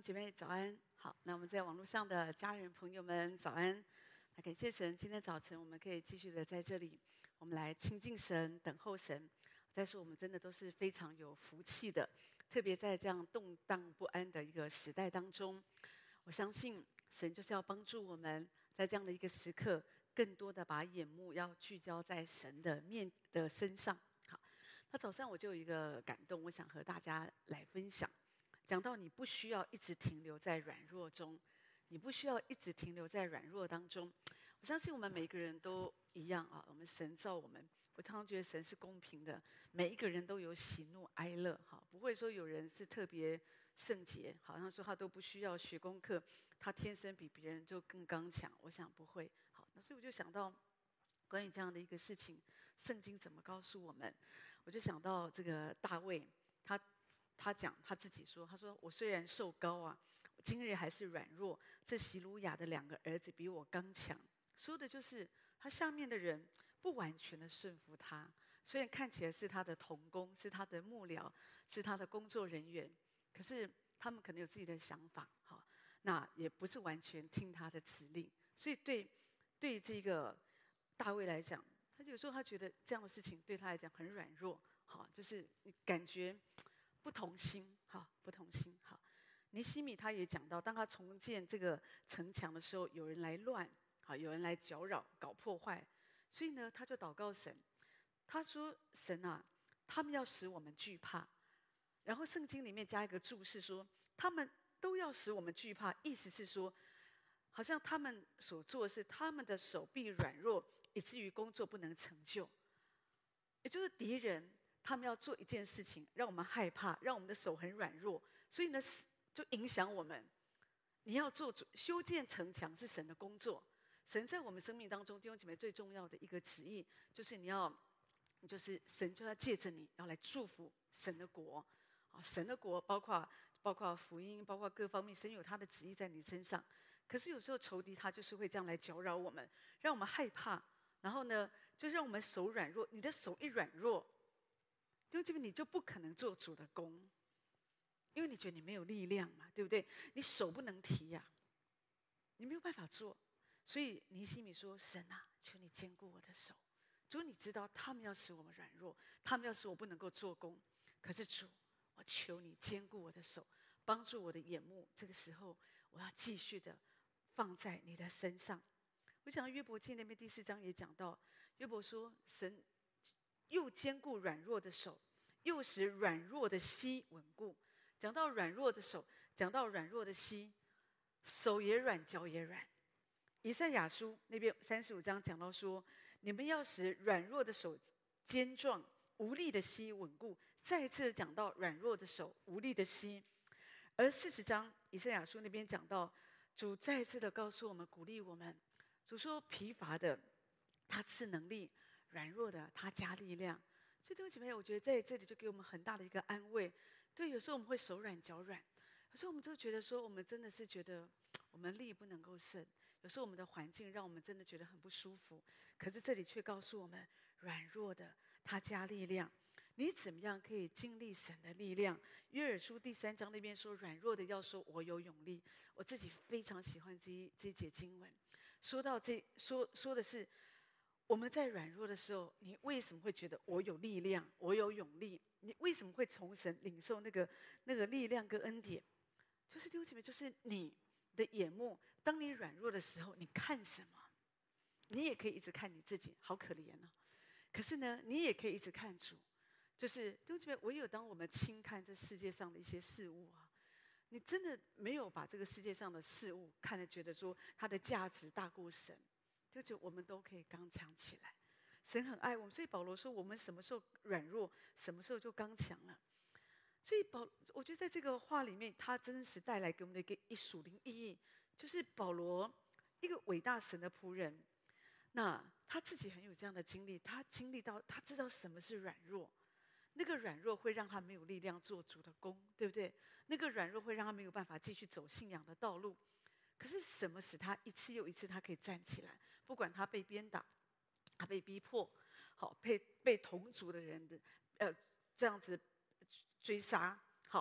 姐妹早安，好，那我们在网络上的家人朋友们早安。那感谢神，今天早晨我们可以继续的在这里，我们来亲近神，等候神。再说我们真的都是非常有福气的，特别在这样动荡不安的一个时代当中，我相信神就是要帮助我们在这样的一个时刻，更多的把眼目要聚焦在神的身上。好，那早上我就有一个感动，我想和大家来分享。讲到你不需要一直停留在软弱中，你不需要一直停留在软弱当中。我相信我们每个人都一样啊，我们神造我们，我常常觉得神是公平的，每一个人都有喜怒哀乐，哈，不会说有人是特别圣洁，好像说他都不需要学功课，他天生比别人就更刚强。我想不会，好，那所以我就想到关于这样的一个事情，圣经怎么告诉我们？我就想到这个大卫，他讲他自己说，他说我虽然瘦高啊，今日还是软弱。这席鲁雅的2个儿子比我刚强，说的就是他下面的人不完全的顺服他，虽然看起来是他的同工，是他的幕僚，是他的工作人员，可是他们可能有自己的想法，哈，那也不是完全听他的指令。所以对这个大卫来讲，他有时候他觉得这样的事情对他来讲很软弱，好，就是你感觉不同心，好，不同心，好。尼希米他也讲到，当他重建这个城墙的时候，有人来乱，好，有人来搅扰、搞破坏，所以呢，他就祷告神，他说：神啊，他们要使我们惧怕。然后圣经里面加一个注释说，他们都要使我们惧怕，意思是说，好像他们所做的是他们的手臂软弱，以至于工作不能成就。也就是敌人他们要做一件事情，让我们害怕，让我们的手很软弱，所以呢，就影响我们。你要做修建城墙是神的工作，神在我们生命当中弟兄姐妹最重要的一个旨意，就是就是神就要借着你要来祝福神的国。啊，神的国包括福音，包括各方面，神有他的旨意在你身上。可是有时候仇敌他就是会这样来搅扰我们，让我们害怕，然后呢，就让我们手软弱。你的手一软弱，弟兄姐妹，你就不可能做主的工，因为你觉得你没有力量嘛，对不对？你手不能提呀，你没有办法做。所以尼希米说：神啊，求你坚固我的手。主，你知道他们要使我们软弱，他们要使我不能够做工。可是主，我求你坚固我的手，帮助我的眼目。这个时候，我要继续的放在你的身上。我讲约伯记那边第4章也讲到，约伯说：神又坚固软弱的手，又使软弱的膝稳固。讲到软弱的手，讲到软弱的膝，手也软，脚也软。以赛亚书那边35章讲到说，你们要使软弱的手坚壮，无力的膝稳固。再一次讲到软弱的手，无力的膝。而40章以赛亚书那边讲到，主再一次的告诉我们，鼓励我们。主说：疲乏的他赐能力，软弱的他加力量。所以弟兄姐妹，我觉得在这里就给我们很大的一个安慰。对，有时候我们会手软脚软，有时候我们就觉得说，我们真的是觉得我们力不能够胜。有时候我们的环境让我们真的觉得很不舒服，可是这里却告诉我们，软弱的他加力量。你怎么样可以经历神的力量？约珥书第3章那边说，软弱的要说我有勇力。我自己非常喜欢这一节经文，说到说的是，我们在软弱的时候，你为什么会觉得我有力量，我有勇力？你为什么会从神领受那个力量跟恩典？就是弟兄姐妹，就是你的眼目，当你软弱的时候，你看什么？你也可以一直看你自己，好可怜啊！可是呢，你也可以一直看主。就是弟兄姐妹，唯有当我们轻看这世界上的一些事物啊，你真的没有把这个世界上的事物看得觉得说它的价值大过神，就觉得我们都可以刚强起来。神很爱我们，所以保罗说我们什么时候软弱，什么时候就刚强了。所以我觉得在这个话里面，他真实带来给我们的一属灵意义，就是保罗一个伟大神的仆人，那他自己很有这样的经历，他经历到他知道什么是软弱。那个软弱会让他没有力量做主的工，对不对？那个软弱会让他没有办法继续走信仰的道路。可是什么使他一次又一次他可以站起来？不管他被鞭打，他被逼迫，好被同族的人的这样子追杀，好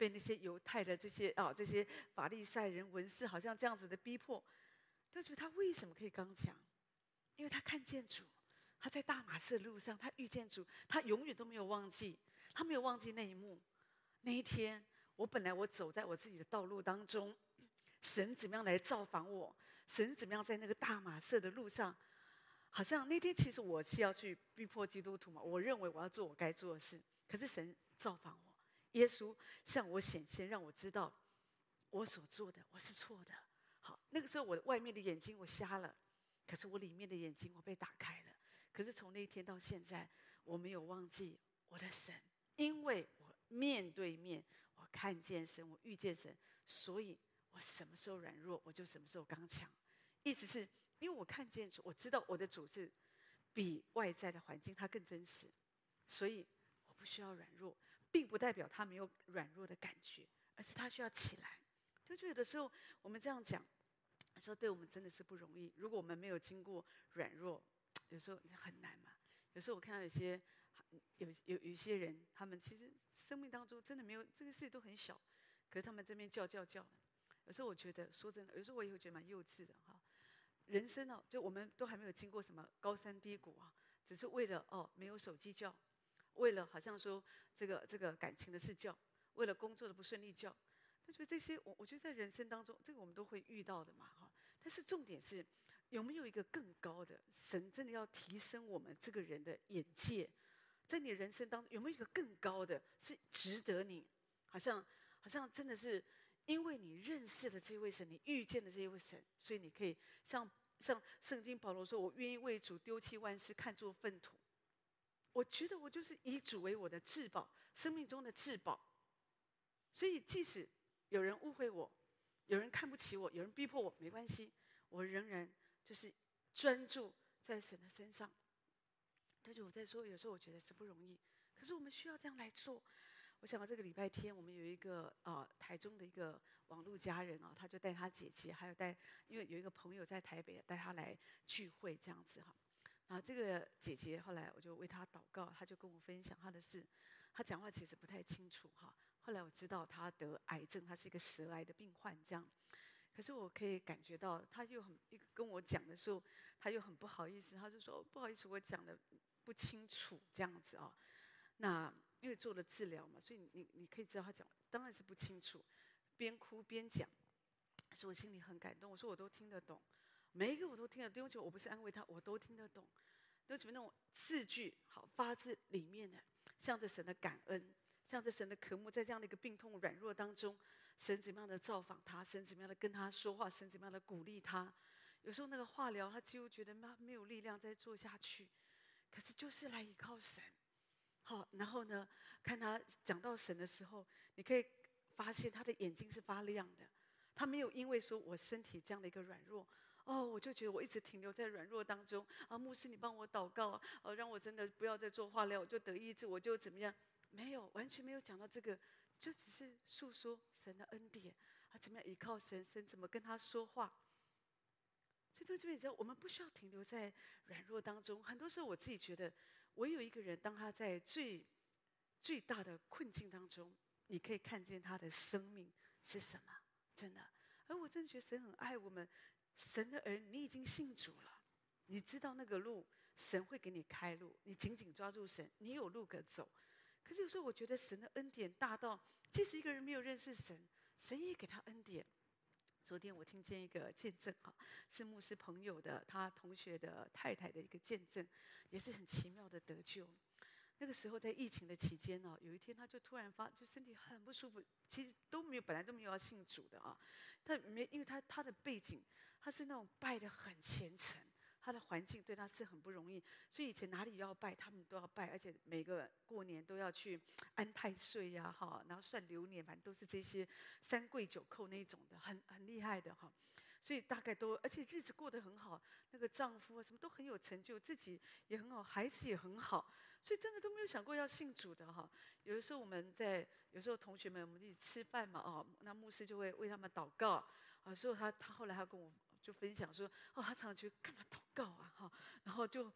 被那些犹太的这些法利赛人文士好像这样子的逼迫，就觉得他为什么可以刚强？因为他看见主，他在大马色路上，他遇见主，他永远都没有忘记，他没有忘记那一幕。那一天，本来我走在我自己的道路当中，神怎么样来造访我？神怎么样在那个大马色的路上？好像那天其实我是要去逼迫基督徒嘛，我认为我要做我该做的事，可是神造访我，耶稣向我显现，让我知道我所做的我是错的。好，那个时候我外面的眼睛我瞎了，可是我里面的眼睛我被打开了。可是从那一天到现在，我没有忘记我的神，因为我面对面，我看见神，我遇见神，所以我什么时候软弱，我就什么时候刚强。意思是因为我看见主，我知道我的主是比外在的环境它更真实，所以我不需要软弱，并不代表他没有软弱的感觉，而是他需要起来。就有的时候我们这样讲，说对我们真的是不容易。如果我们没有经过软弱，有时候很难嘛。有时候我看到有一些人，他们其实生命当中真的没有这个事情都很小，可是他们这边叫的。有时候我觉得说真的，有时候我也会觉得蛮幼稚的哈。人生哦，就我们都还没有经过什么高山低谷啊，只是为了没有手机叫，为了好像说这个感情的事叫，为了工作的不顺利叫。但是这些我觉得在人生当中，这个我们都会遇到的嘛哈。但是重点是有没有一个更高的神真的要提升我们这个人的眼界，在你人生当中有没有一个更高的是值得你好像真的是因为你认识了这位神，你遇见了这位神，所以你可以像圣经保罗说：“我愿意为主丢弃万事，看作粪土。”我觉得我就是以主为我的至宝，生命中的至宝。所以即使有人误会我，有人看不起我，有人逼迫我，没关系，我仍然就是专注在神的身上。这就我在说，有时候我觉得是不容易，可是我们需要这样来做。我想到这个礼拜天，我们有一个台中的一个网络家人他就带他姐姐，还有因为有一个朋友在台北，带他来聚会这样子哈。然后这个姐姐后来我就为她祷告，她就跟我分享她的事。她讲话其实不太清楚哈。后来我知道她得癌症，她是一个舌癌的病患这样。可是我可以感觉到，她又跟我讲的时候，她又很不好意思，她就说不好意思，我讲的不清楚这样子啊。那因为做了治疗嘛，所以你可以知道她讲当然是不清楚，边哭边讲，所以我心里很感动。我说我都听得懂，每一个我都听得懂，而且我不是安慰她，我都听得懂，都什么那种字句好发自里面的，向着神的感恩，向着神的渴慕，在这样的一个病痛软弱当中，神怎么样的造访他，神怎么样的跟他说话，神怎么样的鼓励他。有时候那个化疗，他几乎觉得他没有力量再做下去，可是就是来依靠神。好，然后呢，看他讲到神的时候，你可以发现他的眼睛是发亮的。他没有因为说我身体这样的一个软弱，我就觉得我一直停留在软弱当中啊。牧师，你帮我祷告让我真的不要再做化疗，我就得医治，我就怎么样？没有，完全没有讲到这个，就只是诉说神的恩典怎么样依靠神，神怎么跟他说话。所以在这边，你知道，我们不需要停留在软弱当中。很多时候，我自己觉得，唯有一个人，当他在最大的困境当中，你可以看见他的生命是什么，真的。而我真的觉得神很爱我们，神的儿女，你已经信主了，你知道那个路，神会给你开路，你紧紧抓住神，你有路可走。可是有时候，我觉得神的恩典大到，即使一个人没有认识神，神也给他恩典。昨天我听见一个见证是牧师朋友的他同学的太太的一个见证，也是很奇妙的得救。那个时候在疫情的期间有一天他就突然就身体很不舒服，其实本来都没有要信主的因为他的背景他是那种拜得很虔诚。他的环境对他是很不容易，所以以前哪里要拜，他们都要拜，而且每个过年都要去安太岁呀，然后算流年，反正都是这些三跪九叩那种的，很厉害的所以大概而且日子过得很好，那个丈夫什么都很有成就，自己也很好，孩子也很好，所以真的都没有想过要信主的有的时候有时候同学们我们一起吃饭嘛那牧师就会为他们祷告所以他后来跟我就分享说他常常觉得干嘛祷告然后就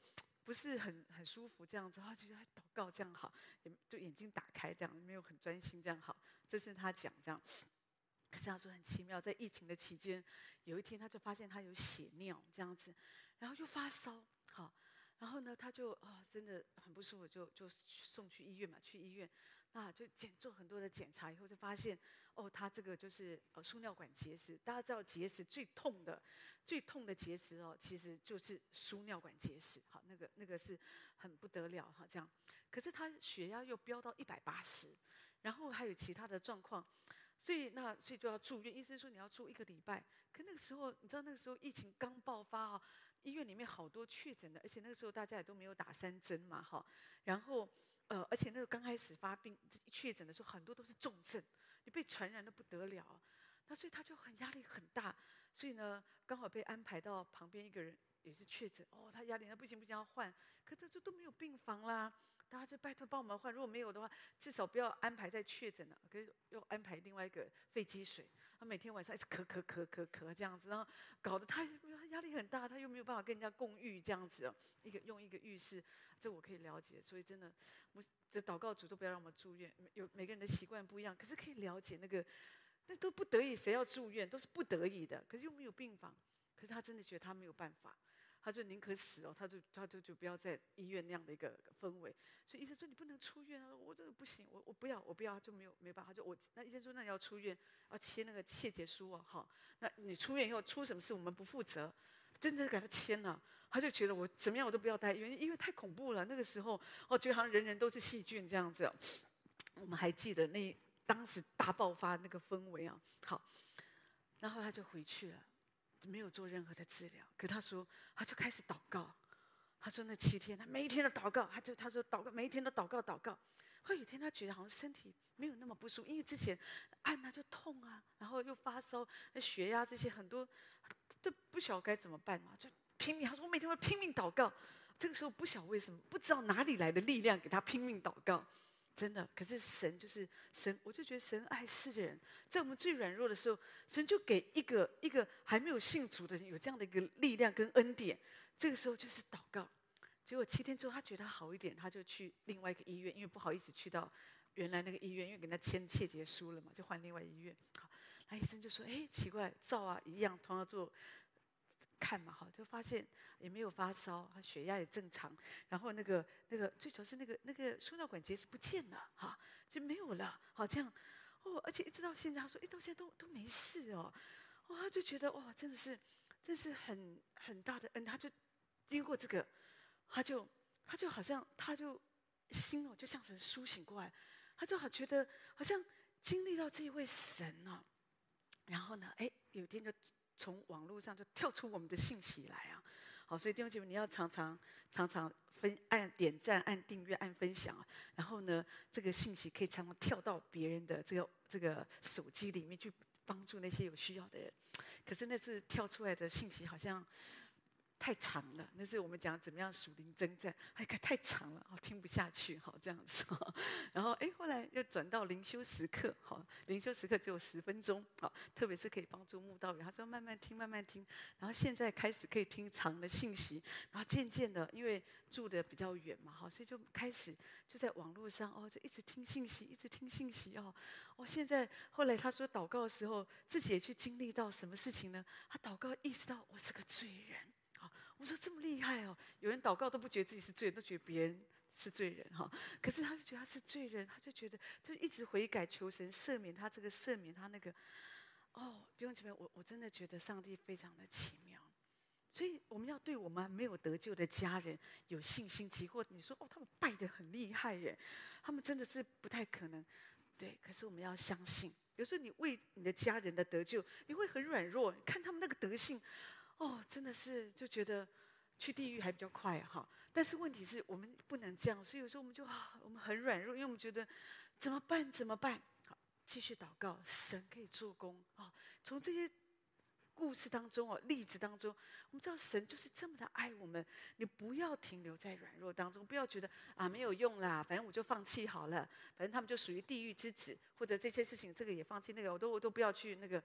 不是很舒服这样子，他就觉得祷告这样好，就眼睛打开这样，没有很专心这样好。这是他讲这样。可是他说很奇妙，在疫情的期间，有一天他就发现他有血尿这样子，然后又发烧，好，然后呢他就真的很不舒服，就送去医院嘛，去医院，那就做很多的检查以后就发现，他这个就是输尿管结石。大家知道结石最痛的结石其实就是输尿管结石，好，那个是很不得了哈这样。可是他血压又飙到180，然后还有其他的状况。所以就要住院，医生说你要住1个礼拜。可那个时候，你知道那个时候疫情刚爆发医院里面好多确诊的，而且那个时候大家也都没有打3针嘛哈。然后而且那个刚开始发病确诊的时候，很多都是重症，你被传染的不得了。那所以他就压力很大，所以呢刚好被安排到旁边一个人也是确诊，他压力那不行要换，可这都没有病房啦。大家就拜托帮我们换，如果没有的话，至少不要安排在确诊了，可是又安排另外一个肺积水，他每天晚上一直咳这样子，然后搞得他压力很大，他又没有办法跟人家共浴这样子用一个浴室，这我可以了解。所以真的，这祷告主都不要让我们住院，每个人的习惯不一样，可是可以了解那都不得已，谁要住院都是不得已的，可是又没有病房，可是他真的觉得他没有办法。他就宁可死他就不要在医院那样的一个氛围，所以医生说你不能出院啊，我这个不行，我不要，就没有办法，那医生说那你要出院，要签那个切结书好，那你出院以后出什么事我们不负责，真的给他签了，他就觉得我怎么样我都不要待医院，因为太恐怖了，那个时候觉得好像人人都是细菌这样子，我们还记得当时大爆发那个氛围好，然后他就回去了。没有做任何的治疗，可他说他就开始祷告。他说那7天，他每一天都祷告，他说祷告，每一天都祷告。后有一天他觉得好像身体没有那么不舒服，因为之前按就痛然后又发烧，那血压这些很多，都不晓得该怎么办嘛，就拼命。他说我每天会拼命祷告。这个时候不晓得为什么，不知道哪里来的力量给他拼命祷告。真的，可是神就是神，我就觉得神爱世人，在我们最软弱的时候，神就给一个还没有信主的人有这样的一个力量跟恩典。这个时候就是祷告。结果7天之后，他觉得他好一点，他就去另外一个医院，因为不好意思去到原来那个医院，因为给他签切结书了嘛，就换另外医院。好，那医生就说：“哎，奇怪，照一样，同样做。”看嘛就发现也没有发烧，血压也正常，然后那个最主要是那个输尿管结石不见了就没有了，好这样而且一直到现在，他说到现在都没事他就觉得真是很大的恩，他就经过这个，他就好像心就像神苏醒过来，他就好觉得好像经历到这一位神然后呢有一天就从网络上就跳出我们的信息来好，所以弟兄姐妹，你要常常按点赞、按订阅、按分享然后呢，这个信息可以常常跳到别人的这个手机里面去，帮助那些有需要的人。可是那次跳出来的信息好像太长了，那是我们讲怎么样属灵征战，太长了，听不下去，这样子然后后来又转到灵修时刻，灵修时刻只有10分钟，特别是可以帮助慕道人，他说慢慢听，然后现在开始可以听长的信息，然后渐渐的，因为住的比较远嘛，所以就开始就在网络上就一直听信息，现在后来他说祷告的时候，自己也去经历到什么事情呢？他祷告意识到我是个罪人。我说这么厉害有人祷告都不觉得自己是罪人，都觉得别人是罪人可是他就觉得他是罪人，他就觉得就一直悔改求神赦免他这个赦免他那个弟兄姐妹，我真的觉得上帝非常的奇妙。所以我们要对我们没有得救的家人有信心。或你说他们拜得很厉害耶，他们真的是不太可能。对，可是我们要相信，有时候你为你的家人的得救，你会很软弱，看他们那个德性。真的是就觉得去地狱还比较快但是问题是我们不能这样，所以有时候我们就我们很软弱，因为我们觉得怎么办？好，继续祷告，神可以做工从这些故事当中例子当中，我们知道神就是这么的爱我们。你不要停留在软弱当中，不要觉得没有用啦，反正我就放弃好了，反正他们就属于地狱之子，或者这些事情这个也放弃，那个我都不要去那个。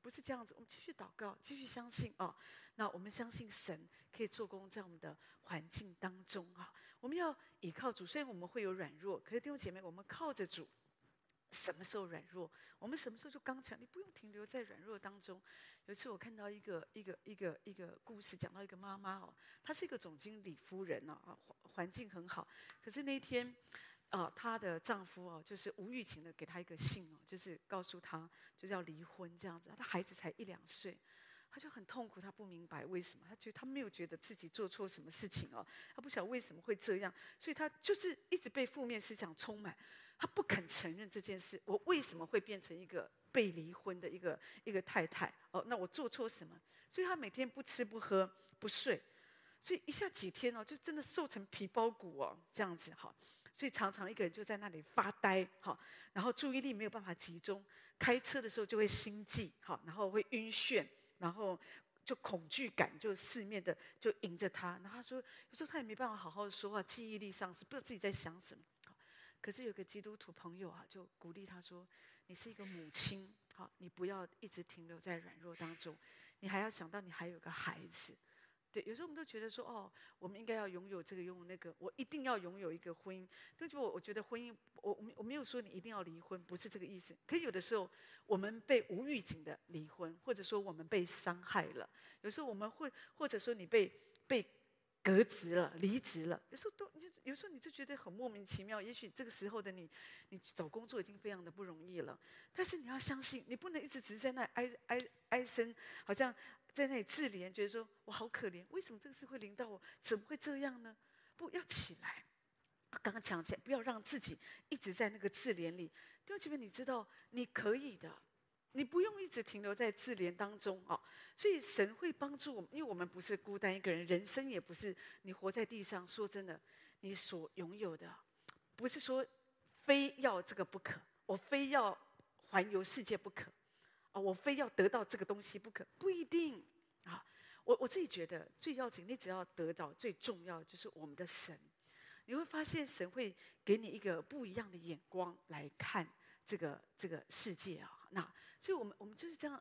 不是这样子，我们继续祷告，继续相信啊。那我们相信神可以做工在我们的环境当中啊。我们要倚靠主，虽然我们会有软弱，可是弟兄姐妹，我们靠着主。什么时候软弱，我们什么时候就刚强？你不用停留在软弱当中。有一次我看到一个故事，讲到一个妈妈哦，她是一个总经理夫人啊，环境很好。可是那一天，她的丈夫哦，就是无预警的给她一个信哦，就是告诉她就是要离婚这样子。她孩子才1、2岁。她就很痛苦，她不明白为什么，她没有觉得自己做错什么事情哦，她不晓得为什么会这样，所以她就是一直被负面思想充满。他不肯承认这件事，我为什么会变成一个被离婚的一个太太？哦，那我做错什么？所以他每天不吃不喝不睡，所以一下几天哦，就真的瘦成皮包骨哦，这样子哈。所以常常一个人就在那里发呆哈，然后注意力没有办法集中，开车的时候就会心悸哈，然后会晕眩，然后就恐惧感就四面的就迎着他。然后他说，有时候他也没办法好好的说话，记忆力丧失，不知道自己在想什么。可是有个基督徒朋友啊，就鼓励他说：“你是一个母亲，好，你不要一直停留在软弱当中，你还要想到你还有个孩子。对，有时候我们都觉得说，哦，我们应该要拥有这个，拥有那个，我一定要拥有一个婚姻。但是我觉得婚姻，我没有说你一定要离婚，不是这个意思。可有的时候，我们被无预警的离婚，或者说我们被伤害了，有时候我们会，或者说你被革职了、离职了，有时候你就觉得很莫名其妙。也许这个时候的你找工作已经非常的不容易了，但是你要相信，你不能一直只是在那哀声，好像在那里自怜，觉得说我好可怜，为什么这个事会临到我？怎么会这样呢？不要起来，刚刚讲起来，不要让自己一直在那个自怜里。弟兄姐妹，你知道你可以的。你不用一直停留在自怜当中哦，所以神会帮助我们，因为我们不是孤单一个人，人生也不是你活在地上。说真的，你所拥有的，不是说非要这个不可，我非要环游世界不可，我非要得到这个东西不可，不一定啊。我自己觉得最要紧，你只要得到最重要的就是我们的神，你会发现神会给你一个不一样的眼光来看这个世界啊。那所以我们就是这样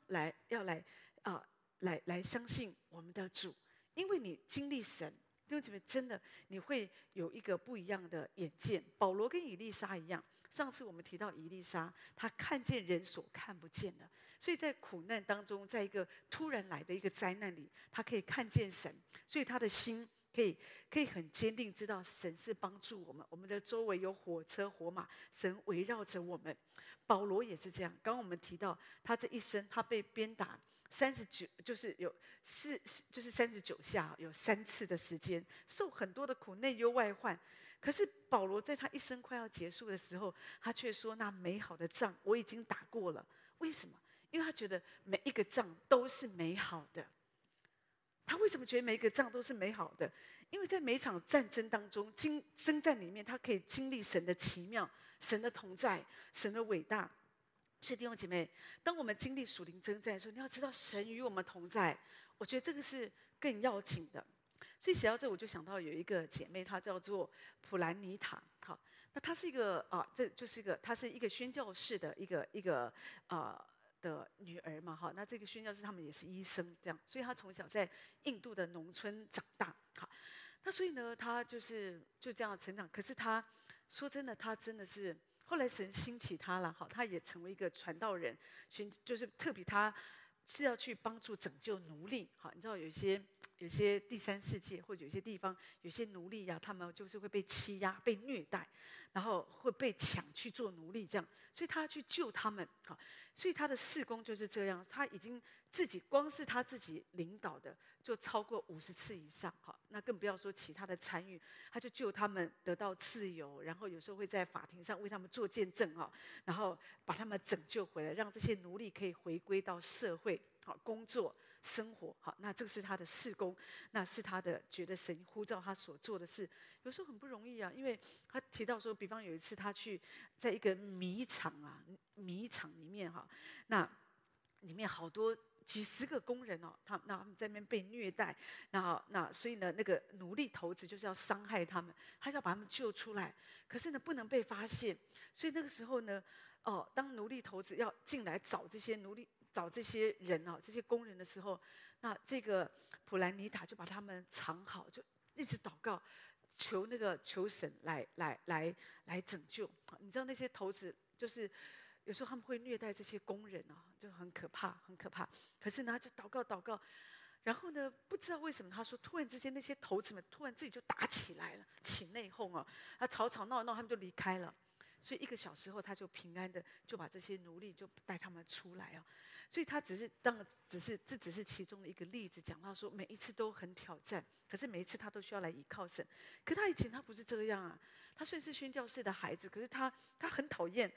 来相信我们的主，因为你经历神，弟兄姐妹，真的你会有一个不一样的眼界。保罗跟以利沙一样，上次我们提到以利沙，他看见人所看不见的，所以在苦难当中，在一个突然来的一个灾难里，他可以看见神，所以他的心可以很坚定，知道神是帮助我们，我们的周围有火车火马，神围绕着我们。保罗也是这样，刚刚我们提到他这一生，他被鞭打39，就是有就是39下，有3次的时间，受很多的苦，内忧外患。可是保罗在他一生快要结束的时候，他却说：“那美好的仗我已经打过了。”为什么？因为他觉得每一个仗都是美好的。他为什么觉得每一个仗都是美好的？因为在每一场战争当中，征战里面，他可以经历神的奇妙、神的同在、神的伟大。所以弟兄姐妹，当我们经历属灵征战的时候，你要知道神与我们同在。我觉得这个是更要紧的。所以写到这，我就想到有一个姐妹，她叫做普兰尼塔。好，那她是一个这就是她是一个宣教士的一个的女儿嘛，哈，那这个宣教士他们也是医生，这样，所以她从小在印度的农村长大，好，那所以呢，她就这样成长。可是她说真的，她真的是后来神兴起她了，好，她也成为一个传道人，就是特别她是要去帮助拯救奴隶，好，你知道有些第三世界或者有些地方有些奴隶呀，他们就是会被欺压、被虐待，然后会被抢去做奴隶，这样，所以他要去救他们，好，所以他的事工就是这样，他已经自己光是他自己领导的就超过50次以上，好，那更不要说其他的参与，他就救他们得到自由，然后有时候会在法庭上为他们做见证啊，然后把他们拯救回来，让这些奴隶可以回归到社会，好，工作生活，好，那这个是他的事工，那是他的觉得神呼召他所做的事，有时候很不容易啊，因为他提到说，比方有一次他去在一个米厂里面哈，那里面好多几十个工人哦，他们在那边被虐待，那所以呢，那个奴隶头子就是要伤害他们，他要把他们救出来，可是呢不能被发现，所以那个时候呢，当奴隶头子要进来找这些奴隶。 找这些人这些工人的时候，那这个普兰尼塔就把他们藏好，就一直祷告，求神来拯救。你知道那些头子就是有时候他们会虐待这些工人就很可怕，很可怕。可是呢，就祷告，然后呢，不知道为什么，他说突然之间那些头子们突然自己就打起来了，起内讧他吵闹，他们就离开了。所以1个小时后，他就平安的就把这些奴隶就带他们出来所以他这只是其中的一个例子，讲到说每一次都很挑战，可是每一次他都需要来依靠神。可他以前他不是这样他虽然是宣教士的孩子，可是他很讨厌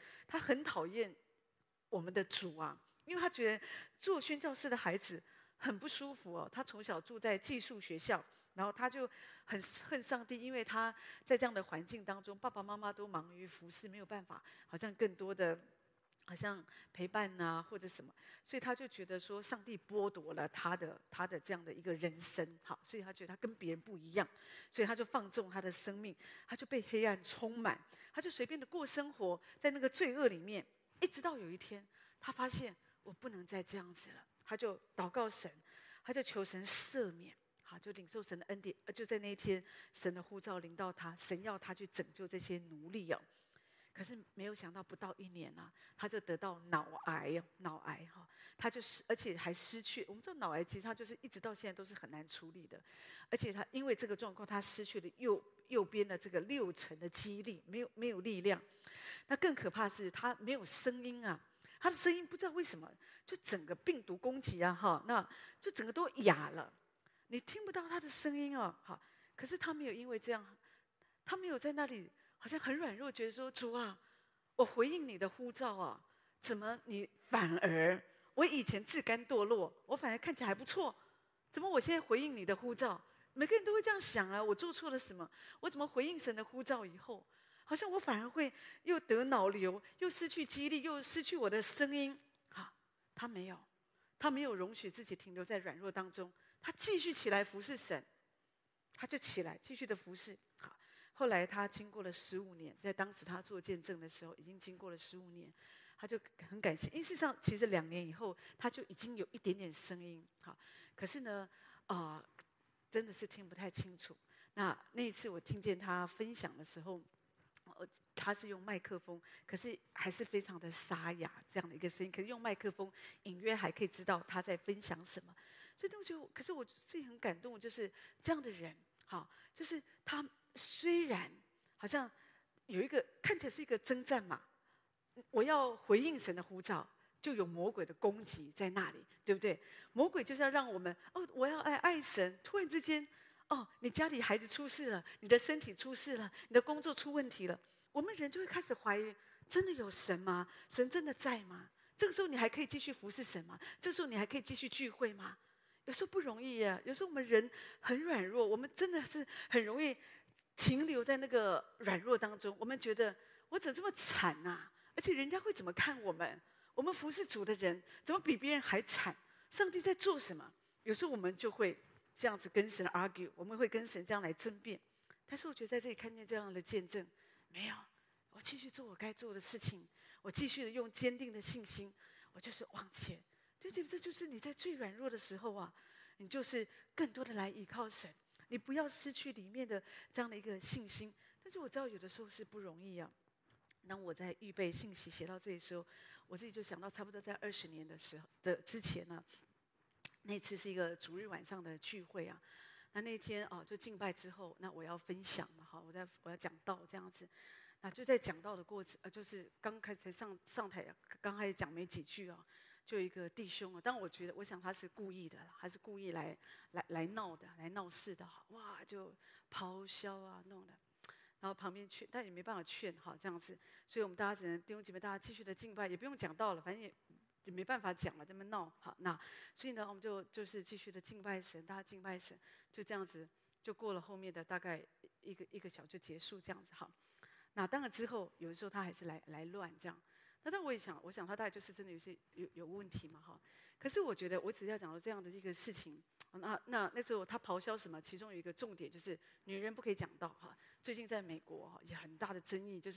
我们的主因为他觉得做宣教士的孩子很不舒服他从小住在寄宿学校。然后他就很恨上帝，因为他在这样的环境当中，爸爸妈妈都忙于服侍，没有办法，好像更多的，好像陪伴或者什么，所以他就觉得说，上帝剥夺了他的这样的一个人生，好，所以他觉得他跟别人不一样，所以他就放纵他的生命，他就被黑暗充满，他就随便的过生活，在那个罪恶里面，一直到有一天，他发现我不能再这样子了，他就祷告神，他就求神赦免。好，就领受神的恩典，就在那一天，神的呼召临到他，神要他去拯救这些奴隶可是没有想到，不到1年他就得到脑癌他就是而且还失去。我们知道脑癌其实他就是一直到现在都是很难处理的，而且他因为这个状况，他失去了右边的这个60%的肌力，没有力量。那更可怕是他没有声音他的声音不知道为什么就整个病毒攻击那就整个都哑了。你听不到他的声音好，可是他没有因为这样，他没有在那里好像很软弱，觉得说主我回应你的呼召怎么你反而我以前自甘堕落，我反而看起来还不错，怎么我现在回应你的呼召？每个人都会这样想我做错了什么？我怎么回应神的呼召以后，好像我反而会又得脑瘤，又失去肌力，又失去我的声音他没有容许自己停留在软弱当中。他继续起来服侍神，他就起来继续的服侍。好，后来他经过了15年，在当时他做见证的时候，已经经过了15年，他就很感谢。因为事实上，其实2年以后，他就已经有一点点声音。好，可是呢，真的是听不太清楚。那一次我听见他分享的时候，他是用麦克风，可是还是非常的沙哑这样的一个声音。可是用麦克风，隐约还可以知道他在分享什么。所以我觉得，可是我自己很感动，就是这样的人，就是他虽然好像有一个看起来是一个征战嘛，我要回应神的呼召，就有魔鬼的攻击在那里，对不对？魔鬼就是要让我们我要爱神，突然之间你家里孩子出事了，你的身体出事了，你的工作出问题了，我们人就会开始怀疑：真的有神吗？神真的在吗？这个时候你还可以继续服侍神吗？这个时候你还可以继续聚会吗？有时候不容易有时候我们人很软弱，我们真的是很容易停留在那个软弱当中。我们觉得我怎么这么惨而且人家会怎么看我们？我们服侍主的人怎么比别人还惨？上帝在做什么？有时候我们就会这样子跟神 argue， 我们会跟神这样来争辩。但是我觉得在这里看见这样的见证，没有，我继续做我该做的事情，我继续的用坚定的信心，我就是往前。这就是你在最软弱的时候你就是更多的来依靠神，你不要失去里面的这样的一个信心。但是我知道有的时候是不容易当我在预备信息写到这里的时候，我自己就想到差不多在20年的时候之前那次是一个主日晚上的聚会那天就敬拜之后，那我要分享嘛我要讲道这样子。那就在讲道的过程就是刚开始才上台刚开始讲没几句就有一个弟兄但我想他是故意的，他是故意来闹的，来闹事的哇，就咆哮弄的，然后旁边劝，但也没办法劝这样子，所以我们大家只能弟兄姐妹大家继续的敬拜，也不用讲道了，反正也没办法讲了，这么闹那所以呢，我们就是继续的敬拜神，大家敬拜神，就这样子就过了后面的大概一个小时就结束这样子那当然之后有的时候他还是来乱这样。但我想他大概就是真的有些有问题嘛可是我觉得我只是要讲到这样的一个事情那时候他咆哮什么？其中有一个重点就是女人不可以讲道最近在美国也很大的争议，就是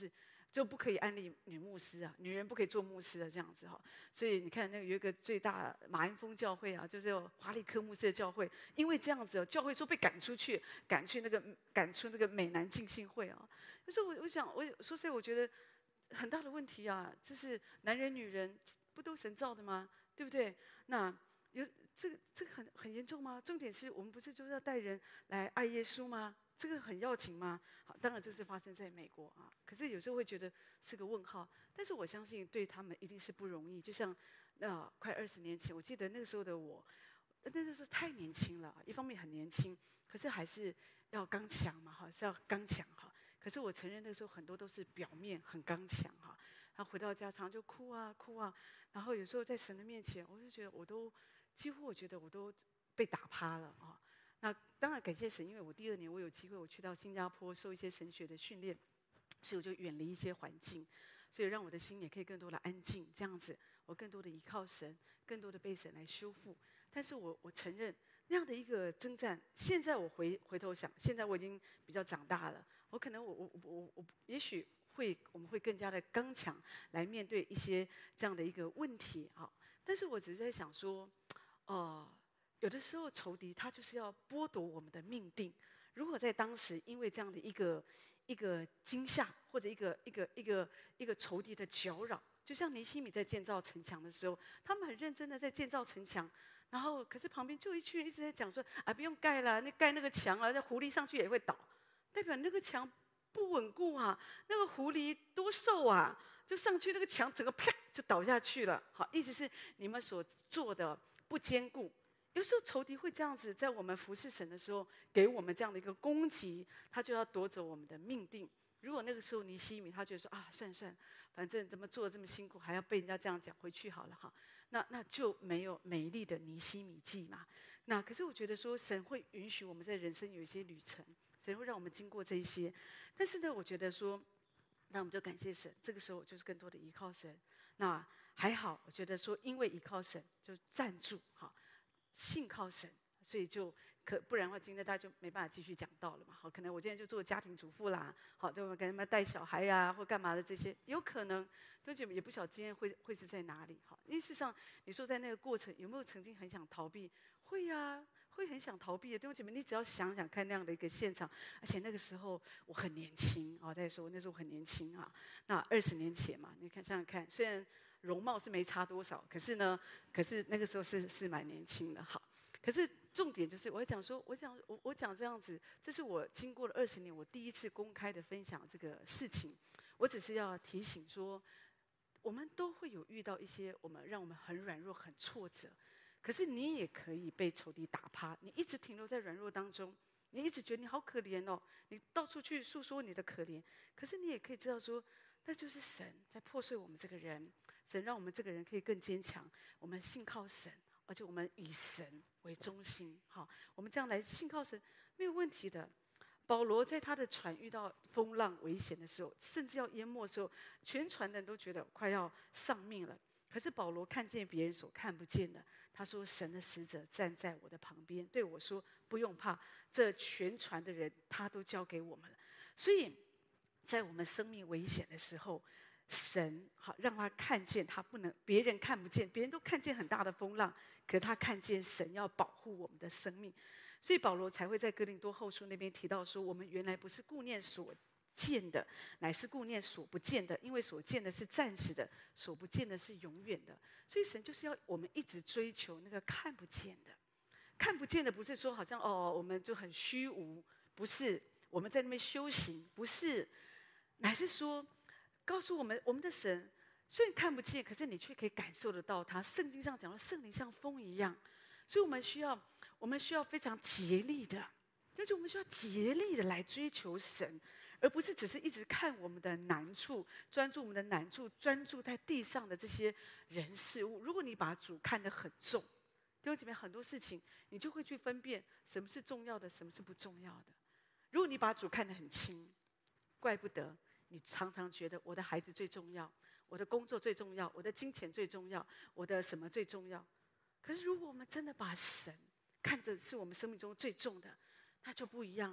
就不可以安利女牧师啊，女人不可以做牧师的这样子哈。所以你看那个有一个最大马鞍峰教会啊，就是华理科牧师的教会，因为这样子，教会说被赶出去，赶出那个美南浸信会啊。可是我想，我说实在，我觉得很大的问题啊，就是男人女人不都神造的吗？对不对？那有这个很严重吗？重点是我们不是就是要带人来爱耶稣吗？这个很要紧吗？好，当然这是发生在美国啊，可是有时候会觉得是个问号。但是我相信对他们一定是不容易。就像快20年前，我记得那个时候的我，那个时候太年轻了，一方面很年轻，可是还是要刚强嘛，哈，是要刚强哈。可是我承认那个时候很多都是表面很刚强哈，然后回到家常就哭啊哭啊，然后有时候在神的面前，我就觉得几乎我觉得我都被打趴了啊。那当然感谢神，因为我第2年我有机会我去到新加坡受一些神学的训练，所以我就远离一些环境，所以让我的心也可以更多的安静，这样子我更多的依靠神，更多的被神来修复。但是我承认那样的一个征战，现在我回头想，现在我已经比较长大了，我可能我也许我们会更加的刚强来面对一些这样的一个问题啊。但是我只是在想说，有的时候仇敌他就是要剥夺我们的命定。如果在当时因为这样的一个惊吓，或者一个仇敌的搅扰，就像尼希米在建造城墙的时候，他们很认真的在建造城墙，然后可是旁边就一群人一直在讲说啊，不用盖了，盖那个墙啊，那狐狸上去也会倒，代表那个墙不稳固啊，那个狐狸多瘦啊，就上去那个墙整个啪就倒下去了。好，意思是你们所做的不坚固。有时候仇敌会这样子，在我们服侍神的时候，给我们这样的一个攻击，他就要夺走我们的命定。如果那个时候尼希米他觉得说啊，算，反正怎么做这么辛苦，还要被人家这样讲，回去好了哈，那就没有美丽的尼希米记嘛。那可是我觉得说，神会允许我们在人生有一些旅程，神会让我们经过这一些。但是呢，我觉得说，那我们就感谢神，这个时候就是更多的依靠神。那还好，我觉得说，因为依靠神，就站住哈。信靠神，所以不然的话，今天大家就没办法继续讲道了嘛。好，可能我今天就做家庭主妇啦，好，就给他们带小孩呀、或干嘛的这些，有可能，而且也不晓得今天会是在哪里。好，因为事实上，你说在那个过程有没有曾经很想逃避？会呀、会很想逃避的。弟兄姐妹，你只要想想看那样的一个现场，而且那个时候我很年轻啊，再说那时候我很年轻啊，那20年前嘛，你看想想看，虽然容貌是没差多少，可是那个时候是蛮年轻的。好，可是重点就是我讲说，我讲这样子，这是我经过了20年，我第一次公开的分享这个事情。我只是要提醒说，我们都会有遇到一些让我们很软弱、很挫折。可是你也可以被仇敌打趴，你一直停留在软弱当中，你一直觉得你好可怜哦，你到处去诉说你的可怜。可是你也可以知道说，那就是神在破碎我们这个人。神让我们这个人可以更坚强，我们信靠神，而且我们以神为中心。好，我们这样来信靠神没有问题的。保罗在他的船遇到风浪危险的时候，甚至要淹没的时候，全船的人都觉得快要丧命了。可是保罗看见别人所看不见的，他说：“神的使者站在我的旁边，对我说，不用怕，这全船的人他都交给我们了。”所以，在我们生命危险的时候，神好让他看见，他不能别人看不见，别人都看见很大的风浪，可他看见神要保护我们的生命，所以保罗才会在哥林多后书那边提到说，我们原来不是顾念所见的，乃是顾念所不见的，因为所见的是暂时的，所不见的是永远的。所以神就是要我们一直追求那个看不见的，看不见的不是说好像我们就很虚无，不是我们在那边修行，不是，乃是说。告诉我们，我们的神虽然看不见，可是你却可以感受得到他。圣经上讲到，圣灵像风一样，所以我们需要非常竭力的，就是我们需要竭力的来追求神，而不是只是一直看我们的难处，专注我们的难处，专注在地上的这些人事物。如果你把主看得很重，弟兄姐妹，很多事情你就会去分辨什么是重要的，什么是不重要的。如果你把主看得很轻，怪不得。你常常觉得我的孩子最重要，我的工作最重要，我的金钱最重要，我的什么最重要？可是如果我们真的把神看着是我们生命中最重的，那就不一样。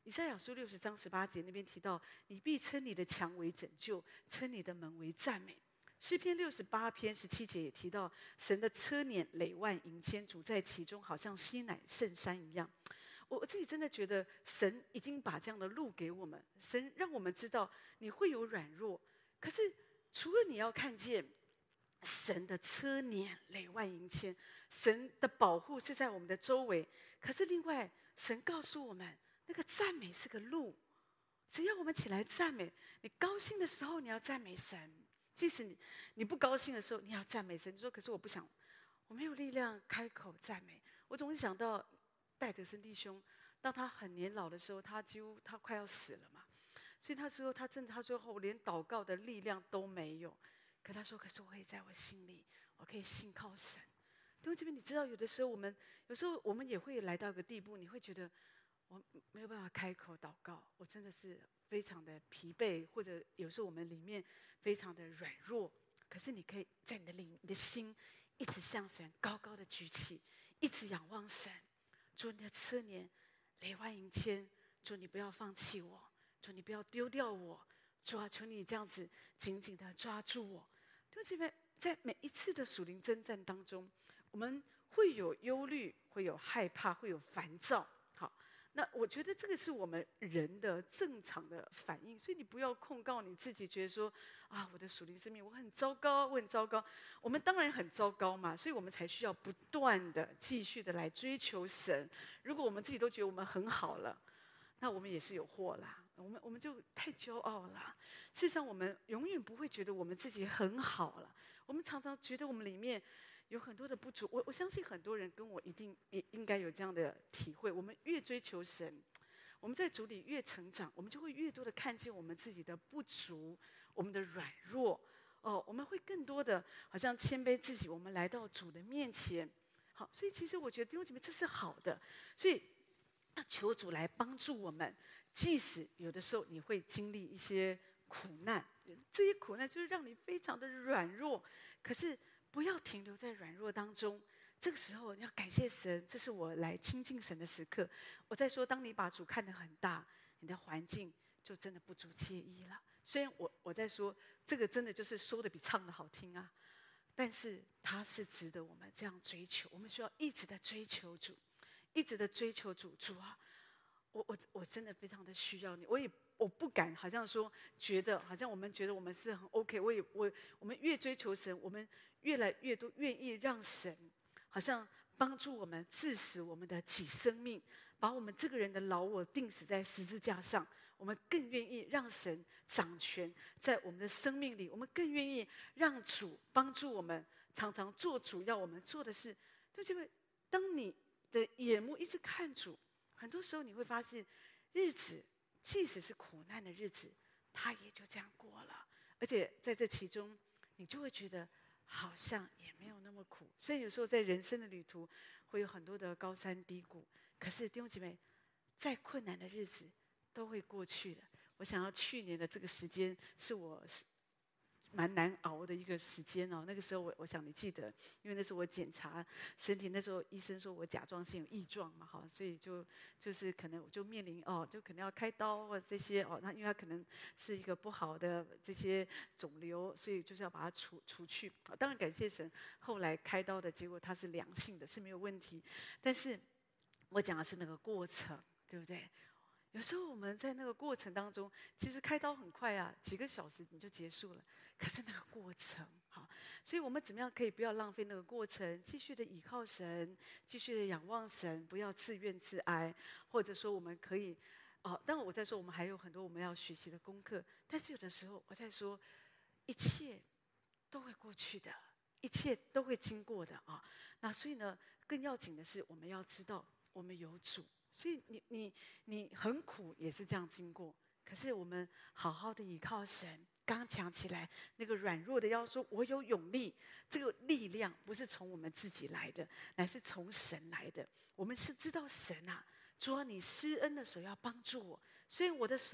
以赛亚书60章18节那边提到，你必称你的墙为拯救，称你的门为赞美。诗篇68篇17节也提到，神的车辇累万银千，主在其中，好像西乃圣山一样。我自己真的觉得，神已经把这样的路给我们，神让我们知道你会有软弱，可是除了你要看见神的车辇累万银千，神的保护是在我们的周围，可是另外，神告诉我们，那个赞美是个路，神要我们起来赞美。你高兴的时候，你要赞美神。即使你不高兴的时候，你要赞美神。你说：“可是我不想，我没有力量开口赞美。”我总是想到戴德森弟兄，当他很年老的时候，他快要死了嘛，所以他说他说我连祷告的力量都没有。可他说：“可是我可以在我心里，我可以信靠神。”弟兄姐妹，你知道有时候我们也会来到一个地步，你会觉得我没有办法开口祷告，我真的是非常的疲惫，或者有时候我们里面非常的软弱。可是你可以在你的心一直向神高高的举起，一直仰望神。主，你的车辇累万银千，主你不要放弃我，主你不要丢掉我，主啊，求你这样子紧紧的抓住我。弟兄姐妹，在每一次的属灵征战当中，我们会有忧虑，会有害怕，会有烦躁。好，那我觉得这个是我们人的正常的反应，所以你不要控告你自己，觉得说啊，我的属灵生命我很糟糕，我很糟糕。我们当然很糟糕嘛，所以我们才需要不断的继续的来追求神。如果我们自己都觉得我们很好了，那我们也是有祸啦。我们就太骄傲了。事实上，我们永远不会觉得我们自己很好了。我们常常觉得我们里面有很多的不足。我相信很多人跟我也应该有这样的体会。我们越追求神，我们在主里越成长，我们就会越多的看见我们自己的不足，我们的软弱。我们会更多的好像谦卑自己，我们来到主的面前。好，所以其实我觉得弟兄姐妹这是好的。所以要求主来帮助我们，即使有的时候你会经历一些苦难，这些苦难就是让你非常的软弱，可是不要停留在软弱当中。这个时候你要感谢神，这是我来亲近神的时刻。我在说，当你把主看得很大，你的环境就真的不足介意了。虽然我在说这个真的就是说的比唱的好听啊，但是它是值得我们这样追求。我们需要一直的追求主，一直的追求主。主啊，我真的非常的需要你。我不敢好像说觉得好像我们觉得我们是很 OK。我们越追求神，我们越来越多愿意让神好像帮助我们致死我们的己生命，把我们这个人的老我钉死在十字架上。我们更愿意让神掌权在我们的生命里，我们更愿意让主帮助我们，常常做主要我们做的事。就因为当你的眼目一直看主，很多时候你会发现，日子即使是苦难的日子，它也就这样过了。而且在这其中，你就会觉得好像也没有那么苦。所以有时候在人生的旅途，会有很多的高山低谷。可是弟兄姐妹，再困难的日子都会过去的。我想要去年的这个时间是我蛮难熬的一个时间哦。那个时候我想你记得，因为那时候我检查身体，那时候医生说我甲状腺有异状嘛，哈，所以就是可能我就面临就可能要开刀或者这些那因为它可能是一个不好的这些肿瘤，所以就是要把它除去。当然感谢神，后来开刀的结果它是良性的，是没有问题。但是我讲的是那个过程，对不对？有时候我们在那个过程当中，其实开刀很快啊，几个小时你就结束了。可是那个过程，好，所以我们怎么样可以不要浪费那个过程，继续的倚靠神，继续的仰望神，不要自怨自哀，或者说我们可以，当然我在说我们还有很多我们要学习的功课，但是有的时候我在说，一切都会过去的，一切都会经过的啊。那所以呢，更要紧的是我们要知道我们有主。所以你很苦也是这样经过，可是我们好好的倚靠神，刚强起来。那个软弱的要说：“我有勇力。”这个力量不是从我们自己来的，乃是从神来的。我们是知道神啊，主啊，你施恩的手要帮助我。虽然我的手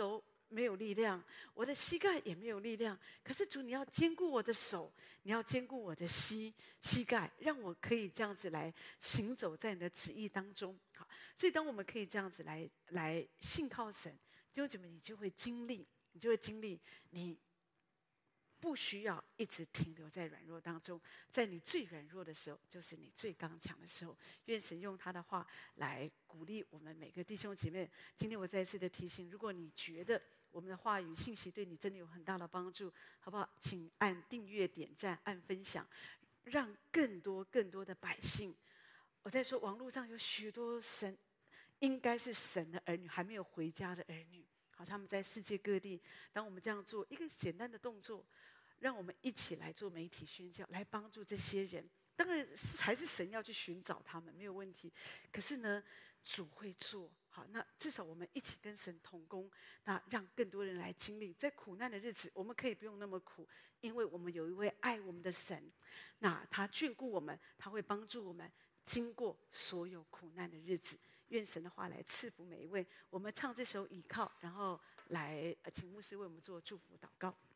没有力量，我的膝盖也没有力量。可是主，你要坚固我的手，你要坚固我的膝盖，让我可以这样子来行走在你的旨意当中。好，所以当我们可以这样子来信靠神，弟兄姐妹，你就会经历，你不需要一直停留在软弱当中，在你最软弱的时候，就是你最刚强的时候。愿神用他的话来鼓励我们每个弟兄姐妹。今天我再一次的提醒，如果你觉得我们的话语信息对你真的有很大的帮助，好不好？请按订阅、点赞、按分享，让更多的百姓。我在说，网络上有许多应该是神的儿女，还没有回家的儿女。好，他们在世界各地。当我们这样做一个简单的动作，让我们一起来做媒体宣教，来帮助这些人。当然还是神要去寻找他们，没有问题。可是呢，主会做好。那至少我们一起跟神同工，那让更多人来经历，在苦难的日子，我们可以不用那么苦，因为我们有一位爱我们的神。那他眷顾我们，他会帮助我们经过所有苦难的日子。愿神的话来赐福每一位。我们唱这首倚靠，然后来请牧师为我们做祝福祷告。